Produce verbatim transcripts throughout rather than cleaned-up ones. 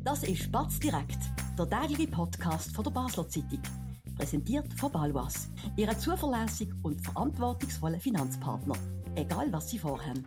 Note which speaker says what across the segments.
Speaker 1: Das ist Batz direkt, der tägliche Podcast von der Basler Zeitung. Präsentiert von Baloise, Ihrem zuverlässigen und verantwortungsvollen Finanzpartner. Egal, was Sie vorhaben.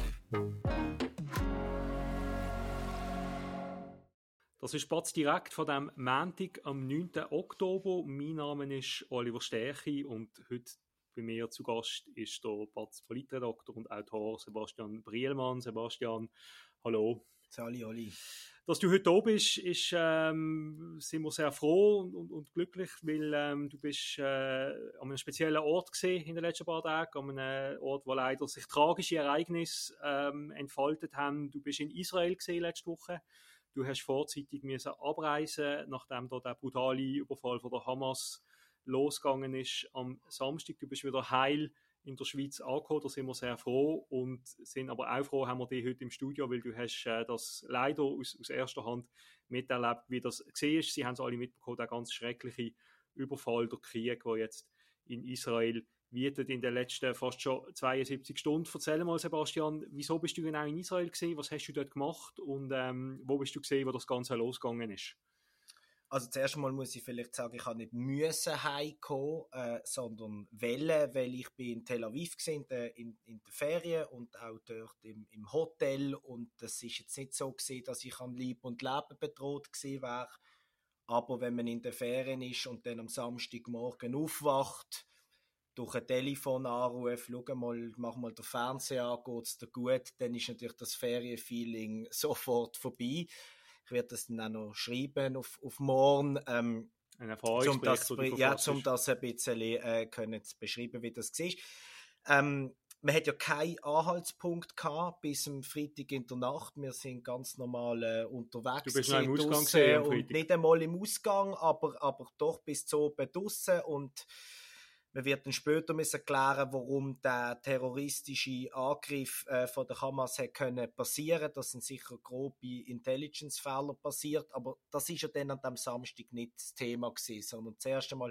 Speaker 2: Das ist Batz direkt von dem Montag am neunten Oktober. Mein Name ist Oliver Stärchi und heute bei mir zu Gast ist der Batz Politredaktor und Autor Sebastian Brielmann. Sebastian, hallo.
Speaker 3: Sali, Oli.
Speaker 2: Dass du heute da bist, ist, ähm, sind wir sehr froh und, und, und glücklich, weil ähm, du bist äh, an einem speziellen Ort gesehen in den letzten paar Tagen, an einem Ort, wo leider sich tragische Ereignisse ähm, entfaltet haben. Du bist in Israel gesehen letzte Woche. Du hast vorzeitig müssen abreisen, nachdem da der brutale Überfall von der Hamas losgegangen ist am Samstag. Du bist wieder heil in der Schweiz angekommen, da sind wir sehr froh und sind aber auch froh, haben wir dich heute im Studio, weil du hast äh, das leider aus, aus erster Hand miterlebt, wie das gesehen ist. Sie haben es alle mitbekommen, der ganz schreckliche Überfall, der Krieg, der jetzt in Israel wietet in den letzten fast schon zweiundsiebzig Stunden. Erzähl mal, Sebastian, wieso bist du genau in Israel gewesen? Was hast du dort gemacht? Und ähm, wo bist du gesehen, wo das Ganze losgegangen ist?
Speaker 3: Also zuerst einmal muss ich vielleicht sagen, ich habe nicht müssen heimkommen, äh, sondern wollen, weil ich bin in Tel Aviv gewesen, in, in der Ferien und auch dort im, im Hotel und das ist jetzt nicht so gewesen, dass ich an Leib und Leben bedroht gewesen wäre, aber wenn man in der Ferien ist und dann am Samstagmorgen aufwacht, durch einen Telefonanruf, schau mal, mach mal den Fernseher an, geht's dir gut, dann ist natürlich das Ferienfeeling sofort vorbei. Ich werde das dann auch noch schreiben auf, auf morgen, ähm,
Speaker 2: ein Erfahrungsbericht,
Speaker 3: um das, ja, um das ein bisschen äh, können zu beschreiben, wie das war. Ähm, man hat ja keinen Anhaltspunkt gehabt bis am Freitag in der Nacht. Wir sind ganz normal äh, unterwegs.
Speaker 2: Du bist noch im Ausgang
Speaker 3: gesehen und nicht einmal im Ausgang, aber, aber doch bis zu oben draussen und man wird dann später müssen erklären, warum der terroristische Angriff äh, von der Hamas hat können passieren. Das sind sicher grobe Intelligence-Fehler passiert, aber das ist ja dann an dem Samstag nicht das Thema gewesen, sondern zuerst einmal,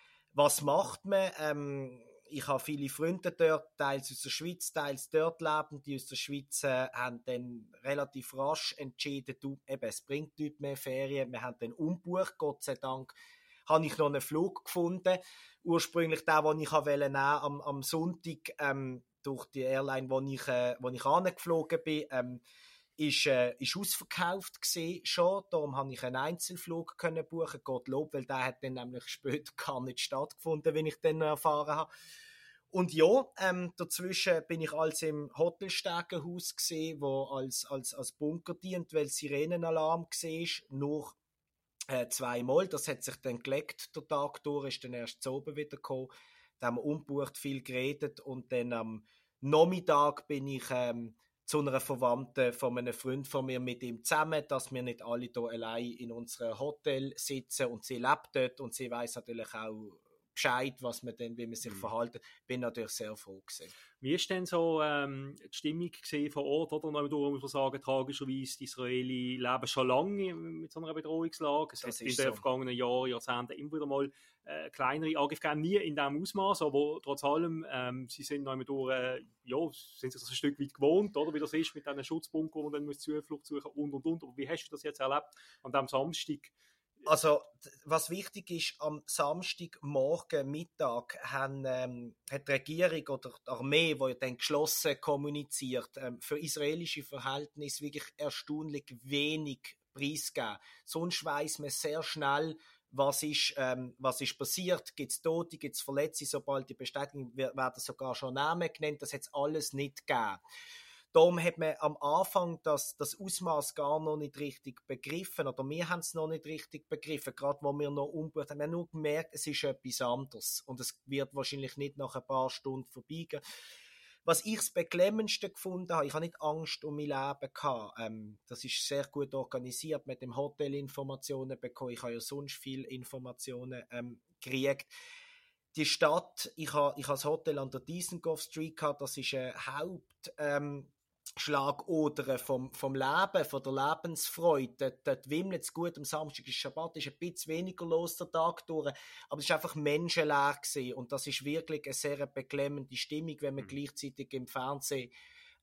Speaker 3: was macht man? Ähm, ich habe viele Freunde dort, teils aus der Schweiz, teils dort leben. Die aus der Schweiz äh, haben dann relativ rasch entschieden, du, eben, es bringt nichts mehr Ferien. Wir haben dann umgebucht, Gott sei Dank. Habe ich noch einen Flug gefunden. Ursprünglich den, den ich nehmen am, am Sonntag ähm, durch die Airline, wo ich, äh, wo ich angeflogen bin, ähm, ist, äh, ist ausverkauft gewesen schon. Darum habe ich einen Einzelflug können buchen, Gottlob, weil der hat dann nämlich später gar nicht stattgefunden, wenn ich dann erfahren habe. Und ja, ähm, dazwischen bin ich als im Hotelstegenhaus gesehen, wo als, als, als Bunker dient, weil Sirenenalarm war, nur Äh, zweimal. Das hat sich dann gelegt, der Tag durch, ist dann erst zu oben wieder gekommen. Da haben wir ungebucht viel geredet und dann am Nachmittag bin ich ähm, zu einer Verwandten von einem Freund von mir mit ihm zusammen, dass wir nicht alle hier allein in unserem Hotel sitzen und sie lebt dort und sie weiss natürlich auch Bescheid, was man denn, wie man sich mhm. verhalten. Bin natürlich sehr froh gewesen.
Speaker 2: Wie ist denn so ähm, die Stimmung gesehen vor Ort? Oder noch muss man sagen, tragischerweise, die Israeli leben schon lange mit so einer Bedrohungslage. Es das hat in den so. vergangenen Jahren, Jahrzehnten immer wieder mal äh, kleinere Angriffe gegeben, nie in diesem Ausmaß, aber trotz allem, ähm, sie sind noch durch, äh, ja, sind sich das ein Stück weit gewohnt, oder wie das ist mit diesen Schutzbunkern, wo man dann Zuflucht suchen und und und. Aber wie hast du das jetzt erlebt an diesem Samstag?
Speaker 3: Also, was wichtig ist, am Samstagmorgen, Mittag, haben, ähm, hat die Regierung oder die Armee, die dann geschlossen kommuniziert, ähm, für israelische Verhältnisse wirklich erstaunlich wenig preisgegeben. Sonst weiss man sehr schnell, was ist, ähm, was ist passiert, gibt es Tote, gibt es Verletzte, sobald die Bestätigung werden sogar schon Namen genannt, das hat es alles nicht gegeben. Darum hat man am Anfang das, das Ausmaß gar noch nicht richtig begriffen, oder wir haben es noch nicht richtig begriffen, gerade wo wir noch umgebucht haben. Wir haben nur gemerkt, es ist etwas anderes und es wird wahrscheinlich nicht nach ein paar Stunden vorbeigehen. Was ich das Beklemmendste gefunden habe, ich habe nicht Angst um mein Leben gehabt. Ähm, das ist sehr gut organisiert, mit dem Hotel Informationen bekommen. Ich habe ja sonst viele Informationen ähm, gekriegt. Die Stadt, ich habe, ich habe das Hotel an der Dizengoff Street gehabt, das ist eine Haupt, ähm, Schlagoder vom, vom Leben, von der Lebensfreude. Dort, dort wimmelt es gut. Am Samstag ist Schabbat, ist ein bisschen weniger los der Tag durch, aber es ist einfach menschenleer gewesen. Und das ist wirklich eine sehr beklemmende Stimmung, wenn man mhm. gleichzeitig im Fernsehen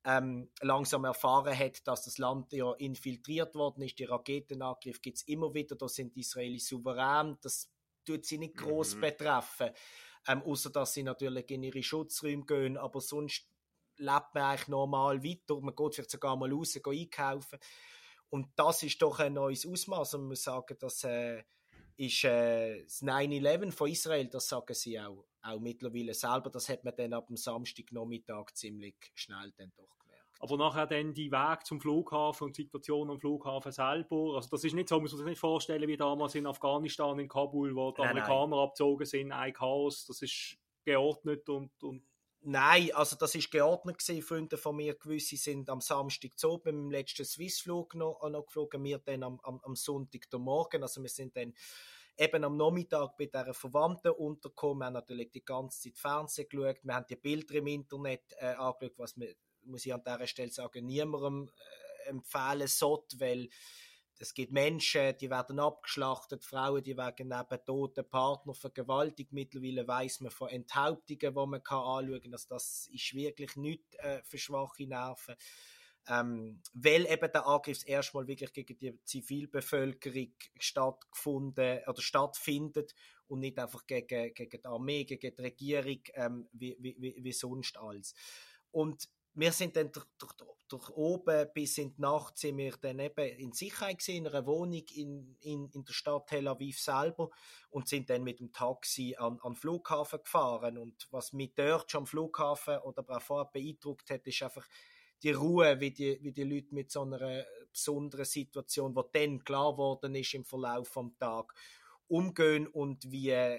Speaker 3: ähm, langsam erfahren hat, dass das Land ja infiltriert worden ist. Die Raketenangriff gibt es immer wieder, da sind die Israelis souverän, das tut sie nicht groß mhm. betreffen, ähm, außer dass sie natürlich in ihre Schutzräume gehen, aber sonst lebt man eigentlich normal weiter, man geht vielleicht sogar mal raus, geht einkaufen. Und das ist doch ein neues Ausmaß. Und man muss sagen, das äh, ist äh, das neun elf von Israel, das sagen sie auch, auch mittlerweile selber. Das hat man dann ab dem Samstagnachmittag ziemlich schnell dann doch gemerkt.
Speaker 2: Aber nachher dann die Weg zum Flughafen und die Situation am Flughafen selber, also das ist nicht so, man muss sich nicht vorstellen, wie damals in Afghanistan, in Kabul, wo die nein, Amerikaner nein. abgezogen sind, ein Chaos, das ist geordnet und... und
Speaker 3: Nein, also das ist geordnet gewesen. Freunde von mir, gewisse sind am Samstag zu oben im letzten Swissflug noch, noch geflogen, wir dann am, am, am Sonntag Morgen. Also wir sind dann eben am Nachmittag bei dieser Verwandten untergekommen. Wir haben natürlich die ganze Zeit Fernsehen geschaut, wir haben die Bilder im Internet äh, angeschaut, was wir, muss ich an dieser Stelle sagen, niemandem äh, empfehlen sollte, weil es gibt Menschen, die werden abgeschlachtet, Frauen, die werden neben toten Partner vergewaltigt. Mittlerweile weiss man von Enthauptungen, die man kann anschauen kann. Also das ist wirklich nichts äh, für schwache Nerven. Ähm, weil eben der Angriff erstmal wirklich gegen die Zivilbevölkerung stattgefunden oder stattfindet und nicht einfach gegen, gegen die Armee, gegen die Regierung, ähm, wie, wie, wie sonst alles. Und wir sind dann durch, durch, durch oben bis in die Nacht sind wir dann eben in Sicherheit gewesen, in einer Wohnung in, in, in der Stadt Tel Aviv selber und sind dann mit dem Taxi an, an den Flughafen gefahren. Und was mich dort schon am Flughafen oder auch vorher beeindruckt hat, ist einfach die Ruhe, wie die, wie die Leute mit so einer besonderen Situation, die dann klar geworden ist im Verlauf des Tages, umgehen und wie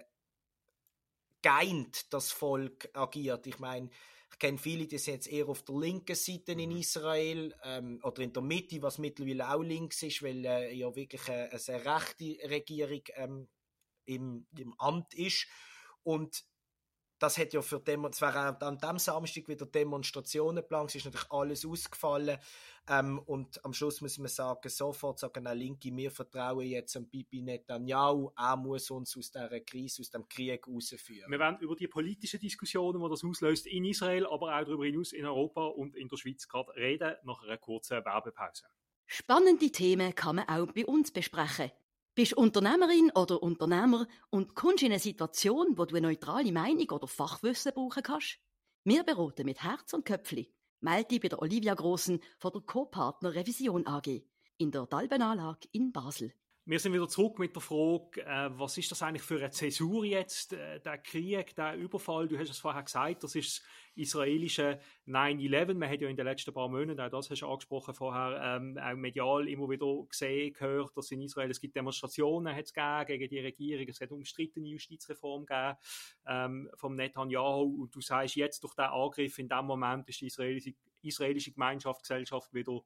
Speaker 3: geeint das Volk agiert. Ich meine, ich kenne viele, die sind jetzt eher auf der linken Seite in Israel ähm, oder in der Mitte, was mittlerweile auch links ist, weil äh, ja wirklich eine, eine sehr rechte Regierung ähm, im, im Amt ist. Und das hat ja für Demo- es wäre an diesem Samstag wieder Demonstrationen geplant, es ist natürlich alles ausgefallen. Ähm, und am Schluss muss man sagen, sofort sagen auch Linke, wir vertrauen jetzt an Bibi Netanyahu, er muss uns aus dieser Krise, aus dem Krieg rausführen.
Speaker 2: Wir werden über die politischen Diskussionen, die das auslöst in Israel, aber auch darüber hinaus in Europa und in der Schweiz gerade reden, nach einer kurzen Werbepause.
Speaker 1: Spannende Themen kann man auch bei uns besprechen. Bist Unternehmerin oder Unternehmer und kommst in eine Situation, wo du eine neutrale Meinung oder Fachwissen brauchen kannst? Wir beraten mit Herz und Köpfli. Melde dich bei der Olivia Grossen von der Co-Partner Revision A G in der Dalbenanlage in Basel.
Speaker 2: Wir sind wieder zurück mit der Frage, äh, was ist das eigentlich für eine Zäsur jetzt, äh, der Krieg, der Überfall? Du hast es vorher gesagt, das ist das israelische neun elf. Man hat ja in den letzten paar Monaten, auch das hast du angesprochen vorher, ähm, auch medial immer wieder gesehen, gehört, dass in Israel es gibt Demonstrationen hat's gegeben gegen die Regierung, es hat umstrittene Justizreform gegeben ähm, vom Netanyahu und du sagst jetzt durch den Angriff in dem Moment ist die israelische, israelische Gemeinschaftsgesellschaft wieder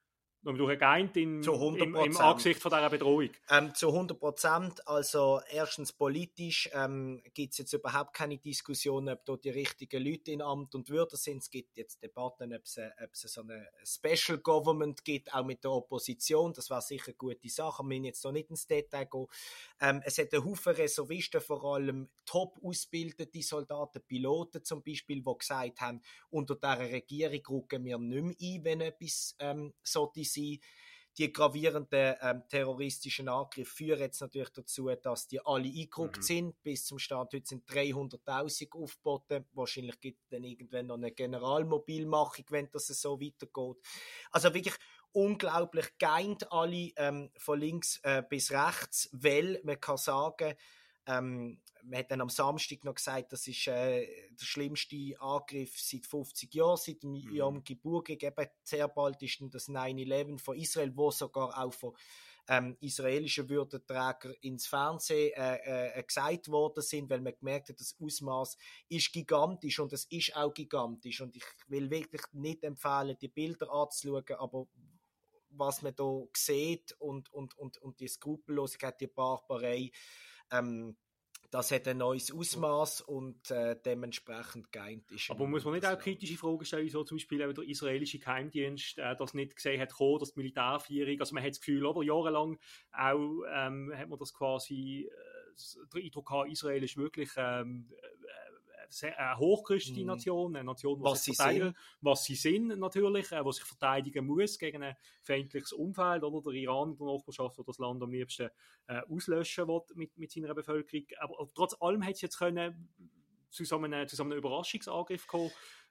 Speaker 2: geeint in, im, im Angesicht von dieser Bedrohung?
Speaker 3: Ähm, zu hundert Prozent. Also erstens politisch ähm, gibt es jetzt überhaupt keine Diskussion, ob dort die richtigen Leute in Amt und Würde sind. Es gibt jetzt Debatten, ob es, ob es so eine Special Government gibt, auch mit der Opposition. Das war sicher eine gute Sache. Wir müssen jetzt noch nicht ins Detail gehen. Ähm, es hat einen Haufen Reservisten, vor allem top ausgebildete Soldaten, Piloten zum Beispiel, die gesagt haben, unter dieser Regierung rücken wir nicht mehr ein, wenn etwas ähm, sollte sein. Die gravierenden ähm, terroristischen Angriffe führen jetzt natürlich dazu, dass die alle eingerückt mhm. sind. Bis zum Stand heute sind dreihunderttausend aufgeboten. Wahrscheinlich gibt es dann irgendwann noch eine Generalmobilmachung, wenn das so weitergeht. Also wirklich unglaublich geeint alle ähm, von links äh, bis rechts, weil man kann sagen, ähm, man hat dann am Samstag noch gesagt, das ist äh, der schlimmste Angriff seit fünfzig Jahren, seit dem mhm. Yom Kippur. Eben sehr bald ist dann das neun elf von Israel, wo sogar auch von ähm, israelischen Würdenträgern ins Fernsehen äh, äh, gesagt worden sind, weil man gemerkt hat, das Ausmaß ist gigantisch und es ist auch gigantisch. Und ich will wirklich nicht empfehlen, die Bilder anzuschauen, aber was man da sieht und, und, und, und die Skrupellosigkeit, die Barbarei, ähm, das hat ein neues Ausmaß und äh, dementsprechend geeint ist.
Speaker 2: Aber muss man nicht auch kritische Fragen stellen, so zum Beispiel der israelische Geheimdienst, äh, das nicht gesehen hat, kommen, dass die Militärführung, also man hat das Gefühl, aber jahrelang auch ähm, hat man das quasi, äh, der Eindruck gehabt, Israel ist wirklich ähm, eine, eine hochgerüstete mm. Nation, eine Nation,
Speaker 3: was
Speaker 2: sich
Speaker 3: sie sind.
Speaker 2: was sie sind natürlich, äh, was sich verteidigen muss gegen ein feindliches Umfeld, oder der Iran in der Nachbarschaft, der das Land am liebsten äh, auslöschen will mit, mit seiner Bevölkerung. Aber, aber trotz allem hätte es jetzt können zu so einem, zu so einem Überraschungsangriff kommen.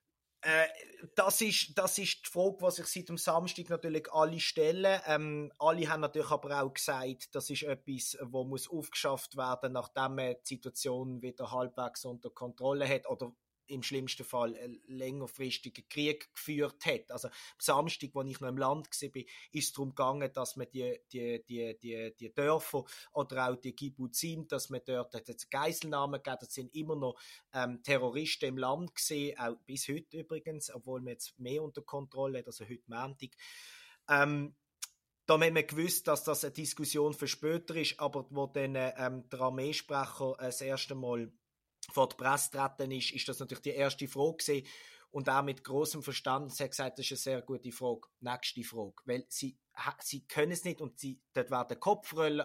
Speaker 3: Äh, das ist, das ist die Frage, die sich seit dem Samstag natürlich alle stellen. Ähm, alle haben natürlich aber auch gesagt, das ist etwas, wo muss aufgeschafft werden, nachdem man die Situation wieder halbwegs unter Kontrolle hat oder im schlimmsten Fall einen längerfristigen Krieg geführt hat. Also am Samstag, als ich noch im Land war, ist es darum gegangen, dass man die, die, die, die, die Dörfer oder auch die Kibbuzim, dass man dort jetzt Geiselnahmen gegeben hat. Das sind immer noch ähm, Terroristen im Land gesehen, auch bis heute übrigens, obwohl man jetzt mehr unter Kontrolle hat, also heute Montag. Ähm, Da haben wir gewusst, dass das eine Diskussion für später ist, aber wo dann ähm, der Armeesprecher äh, das erste Mal vor die Presse getreten ist, ist das natürlich die erste Frage gewesen. Und auch mit grossem Verständnis hat gesagt, das ist eine sehr gute Frage. Nächste Frage. Weil sie, sie können es nicht und sie, dort werden Kopfrollen,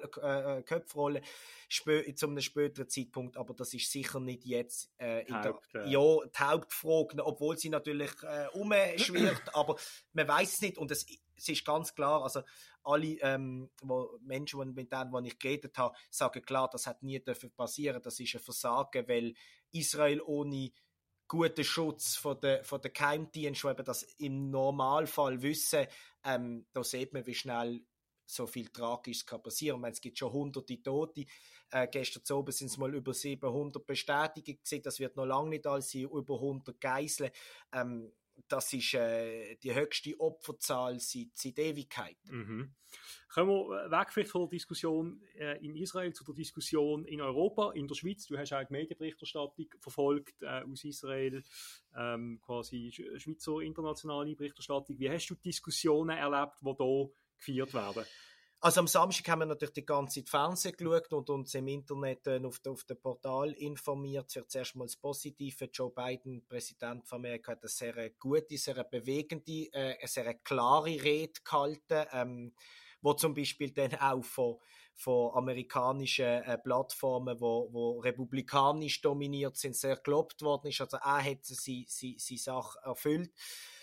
Speaker 3: äh, Köpfe rollen spö- zu einem späteren Zeitpunkt, aber das ist sicher nicht jetzt äh, in
Speaker 2: Haupt,
Speaker 3: der,
Speaker 2: äh.
Speaker 3: ja, die Hauptfrage, obwohl sie natürlich äh, umschwirrt, aber man weiß es nicht und es, es ist ganz klar, also alle ähm, wo Menschen, mit denen ich geredet habe, sagen klar, das hat nie dürfen passieren, das ist ein Versagen, weil Israel ohne guten Schutz von der, von der Geheimdienste, die eben das im Normalfall wissen, ähm, da sieht man, wie schnell so viel Tragisches kann passieren. Ich meine, es gibt schon hunderte Tote. Äh, gestern Abend sind es mal über siebenhundert Bestätigungen gewesen. Das wird noch lange nicht alles sein, über hundert Geiseln. Ähm, das ist äh, die höchste Opferzahl seit, seit Ewigkeit.
Speaker 2: Mhm. Kommen wir weg vielleicht von der Diskussion äh, in Israel zu der Diskussion in Europa, in der Schweiz. Du hast auch die Medienberichterstattung verfolgt äh, aus Israel, ähm, quasi Sch- Schweizer internationale Berichterstattung. Wie hast du die Diskussionen erlebt, die hier geführt werden?
Speaker 3: Also am Samstag haben wir natürlich die ganze Zeit Fernsehen geschaut und uns im Internet äh, auf, auf dem Portal informiert. Zuerst mal das Positive. Joe Biden, Präsident von Amerika, hat eine sehr gute, sehr bewegende, äh, eine sehr klare Rede gehalten, ähm, wo zum Beispiel dann auch von, von amerikanischen äh, Plattformen, wo, wo republikanisch dominiert sind, sehr gelobt worden ist. Also er hat seine, seine, seine Sache erfüllt.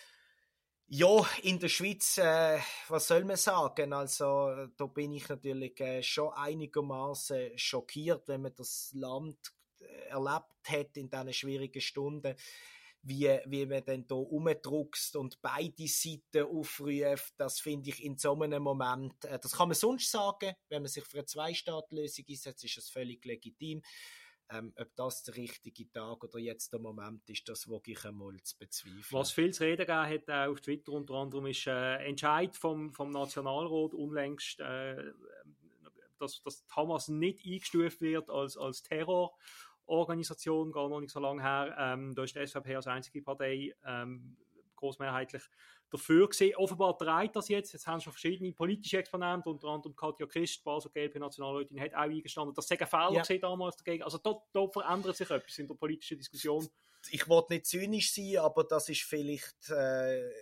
Speaker 3: Ja, in der Schweiz, äh, was soll man sagen? Also, da bin ich natürlich äh, schon einigermaßen schockiert, wenn man das Land äh, erlebt hat in diesen schwierigen Stunden, wie, wie man dann da rumdruckst und beide Seiten aufruft. Das finde ich in so einem Moment, äh, das kann man sonst sagen, wenn man sich für eine Zwei-Staaten-Lösung einsetzt, ist das völlig legitim. Ähm, ob das der richtige Tag oder jetzt der Moment ist, das wage ich einmal zu bezweifeln.
Speaker 2: Was viel zu reden gegeben hat äh, auf Twitter unter anderem ist äh, Entscheid vom, vom Nationalrat unlängst, äh, dass, dass Hamas nicht eingestuft wird als, als Terrororganisation, gar noch nicht so lange her. Ähm, da ist die S V P als einzige Partei ähm, großmehrheitlich dafür gesehen. Offenbar dreht das jetzt. Jetzt haben schon verschiedene politische Exponenten, unter anderem Katja Christ, Basel G L P-Nationalrätin, hat auch eingestanden. Das sei ein Fehler
Speaker 3: ja.
Speaker 2: gesehen damals dagegen. Also da, da verändert sich etwas in der politischen Diskussion.
Speaker 3: Ich wollte nicht zynisch sein, aber das ist vielleicht äh,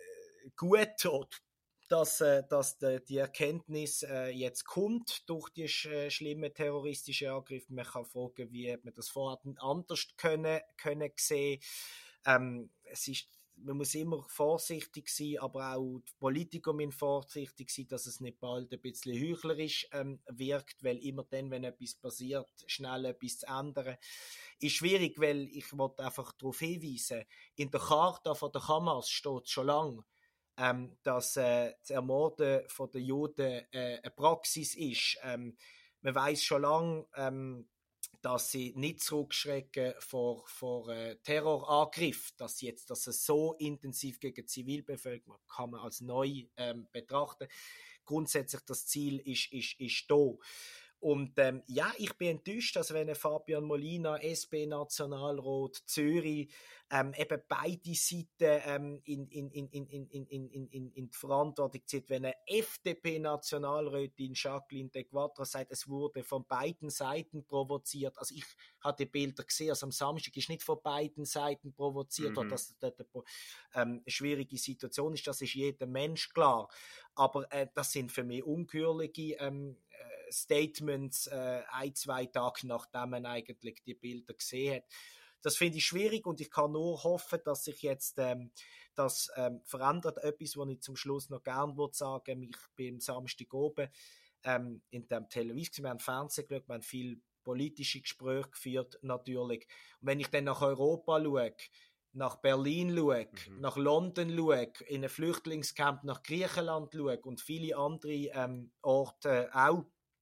Speaker 3: gut, dass, äh, dass die, die Erkenntnis äh, jetzt kommt durch die sch- schlimmen terroristischen Angriffe. Man kann fragen, wie man das vorher anders können, können sehen. Ähm, es ist Man muss immer vorsichtig sein, aber auch die Politiker müssen vorsichtig sein, dass es nicht bald ein bisschen heuchlerisch ähm, wirkt, weil immer dann, wenn etwas passiert, schnell etwas zu ändern, ist schwierig, weil ich wollte einfach darauf hinweisen, in der Charta von der Hamas steht schon lange, ähm, dass äh, das Ermorden von den Juden äh, eine Praxis ist. Ähm, man weiß schon lange, ähm, dass sie nicht zurückschrecken vor, vor äh, Terrorangriff, dass jetzt dass es so intensiv gegen die Zivilbevölkerung kann man als neu ähm, betrachten. Grundsätzlich das Ziel ist, ist, ist da. Und ähm, ja, ich bin enttäuscht, dass wenn Fabian Molina, S P-Nationalrat Zürich, ähm, eben beide Seiten ähm, in, in, in, in, in, in, in, in, in die Verantwortung zieht, wenn eine F D P-Nationalrätin Jacqueline de Quadra sagt, es wurde von beiden Seiten provoziert. Also ich hatte Bilder gesehen, also am Samstag ist nicht von beiden Seiten provoziert, mhm. dass das eine ähm, schwierige Situation ist, das ist jedem Mensch klar. Aber äh, das sind für mich ungeheuerliche ähm, Statements äh, ein, zwei Tage nachdem man eigentlich die Bilder gesehen hat. Das finde ich schwierig und ich kann nur hoffen, dass sich jetzt ähm, das ähm, verändert. Etwas, was ich zum Schluss noch gerne würde sagen, ich bin am Samstag oben ähm, in dem Television, wir haben Fernsehen geschaut, wir haben viel politische Gespräche geführt, natürlich. Und wenn ich dann nach Europa schaue, nach Berlin schaue, mhm. nach London schaue, in ein Flüchtlingscamp nach Griechenland schaue und viele andere ähm, Orte auch,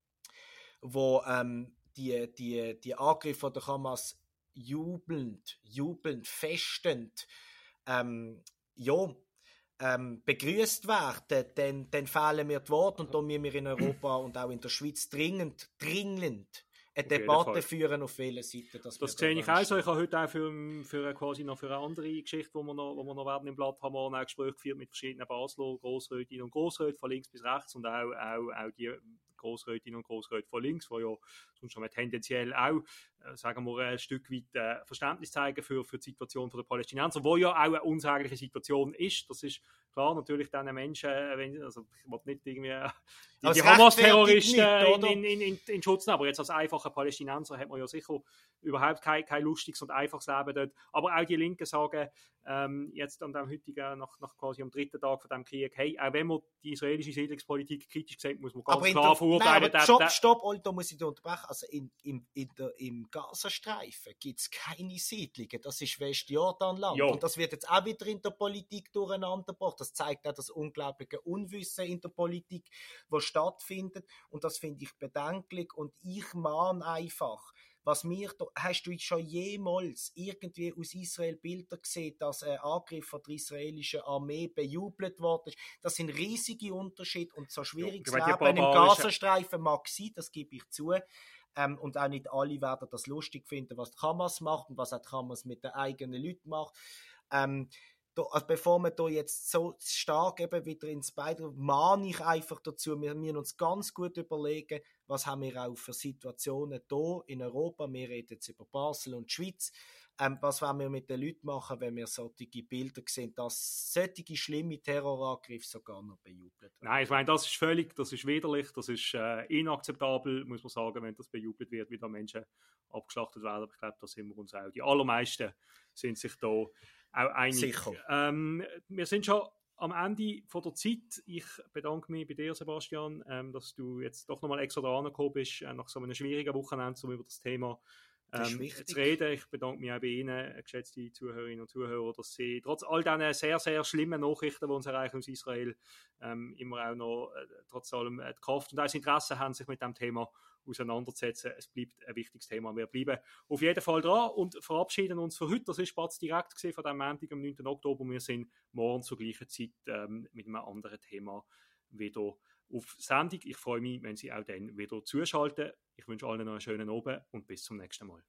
Speaker 3: wo ähm, die, die, die Angriffe der Hamas jubelnd, jubelnd, festend, ähm, ja, ähm, begrüßt werden, dann, dann fehlen mir die Worte und da müssen wir in Europa und auch in der Schweiz dringend, dringend eine Debatte führen, auf welcher Seite das
Speaker 2: Das sehe ich auch so. Ich habe heute auch für, für quasi noch für eine andere Geschichte, wo wir noch, wo wir noch werden im Blatt haben, wir auch Gespräche geführt mit verschiedenen Basler Grossrätinnen und Grossräten von links bis rechts und auch, auch, auch die Grossrätinnen und Grossräte von links, die ja sonst schon tendenziell auch, äh, sagen wir, ein Stück weit äh, Verständnis zeigen für, für die Situation der Palästinenser, wo ja auch eine unsägliche Situation ist. Das ist klar, natürlich diesen Menschen, wenn, also ich will nicht irgendwie die, die Hamas-Terroristen in, in, in, in, in Schutz nehmen, aber jetzt als einfacher Palästinenser hat man ja sicher überhaupt kein, kein lustiges und einfaches Leben dort. Aber auch die Linken sagen, ähm, jetzt an dem heutigen, nach, nach quasi am dritten Tag von dem Krieg, hey, auch wenn man die israelische Siedlungspolitik kritisch sieht, muss man ganz aber klar der, verurteilen. Nein,
Speaker 3: aber stopp, der, stopp, Olto, muss ich da unterbrechen. Also in, in, in der, im Gazastreifen gibt es keine Siedlungen. Das ist Westjordanland. Und das wird jetzt auch wieder in der Politik durcheinander gebracht. Das zeigt auch das unglaubliche Unwissen in der Politik, was stattfindet. Und das finde ich bedenklich. Und ich mahne einfach, was mir da, hast du schon jemals irgendwie aus Israel Bilder gesehen, dass ein Angriff von der israelischen Armee bejubelt worden ist? Das sind riesige Unterschiede und so schwieriges ja, Leben im Gazastreifen mag sein, das gebe ich zu. Ähm, und auch nicht alle werden das lustig finden, was die Hamas macht und was auch die Hamas mit den eigenen Leuten macht. Ähm, da, also bevor wir da jetzt so stark eben wieder ins Beide, mahne ich einfach dazu, wir müssen uns ganz gut überlegen, was haben wir auch für Situationen hier in Europa, wir reden jetzt über Basel und die Schweiz, ähm, was wollen wir mit den Leuten machen, wenn wir solche Bilder sehen, dass solche schlimme Terrorangriffe sogar noch bejubelt werden.
Speaker 2: Nein, ich meine, das ist völlig, das ist widerlich, das ist äh, inakzeptabel, muss man sagen, wenn das bejubelt wird, wie da Menschen abgeschlachtet werden, aber ich glaube, da sind wir uns auch, die allermeisten sind sich da auch einig.
Speaker 3: Sicher.
Speaker 2: Ähm, wir sind schon am Ende von der Zeit. Ich bedanke mich bei dir, Sebastian, ähm, dass du jetzt doch nochmal extra dran gekommen bist, äh, nach so einem schwierigen Wochenende, um über das Thema ähm, zu reden. Ich bedanke mich auch bei Ihnen, geschätzte Zuhörerinnen und Zuhörer, dass Sie trotz all diesen sehr, sehr schlimmen Nachrichten, die uns erreichen aus Israel, ähm, immer auch noch äh, trotz allem äh, die Kraft und auch das Interesse haben, sich mit dem Thema auseinanderzusetzen. Es bleibt ein wichtiges Thema. Wir bleiben auf jeden Fall dran und verabschieden uns für heute. Das war Batz direkt von diesem Montag am neunten Oktober. Wir sind morgen zur gleichen Zeit ähm, mit einem anderen Thema wieder auf Sendung. Ich freue mich, wenn Sie auch dann wieder zuschalten. Ich wünsche allen noch einen schönen Abend und bis zum nächsten Mal.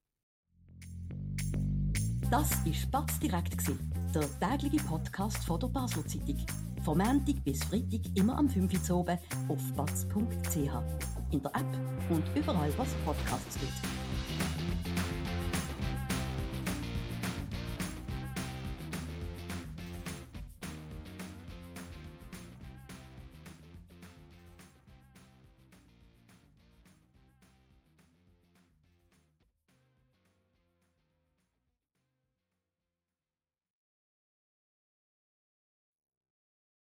Speaker 1: Das war Batz direkt, der tägliche Podcast von der Basler Zeitung. Von Montag bis Freitag immer am fünf Uhr oben auf batz punkt c h. In der App und überall, was Podcasts gibt.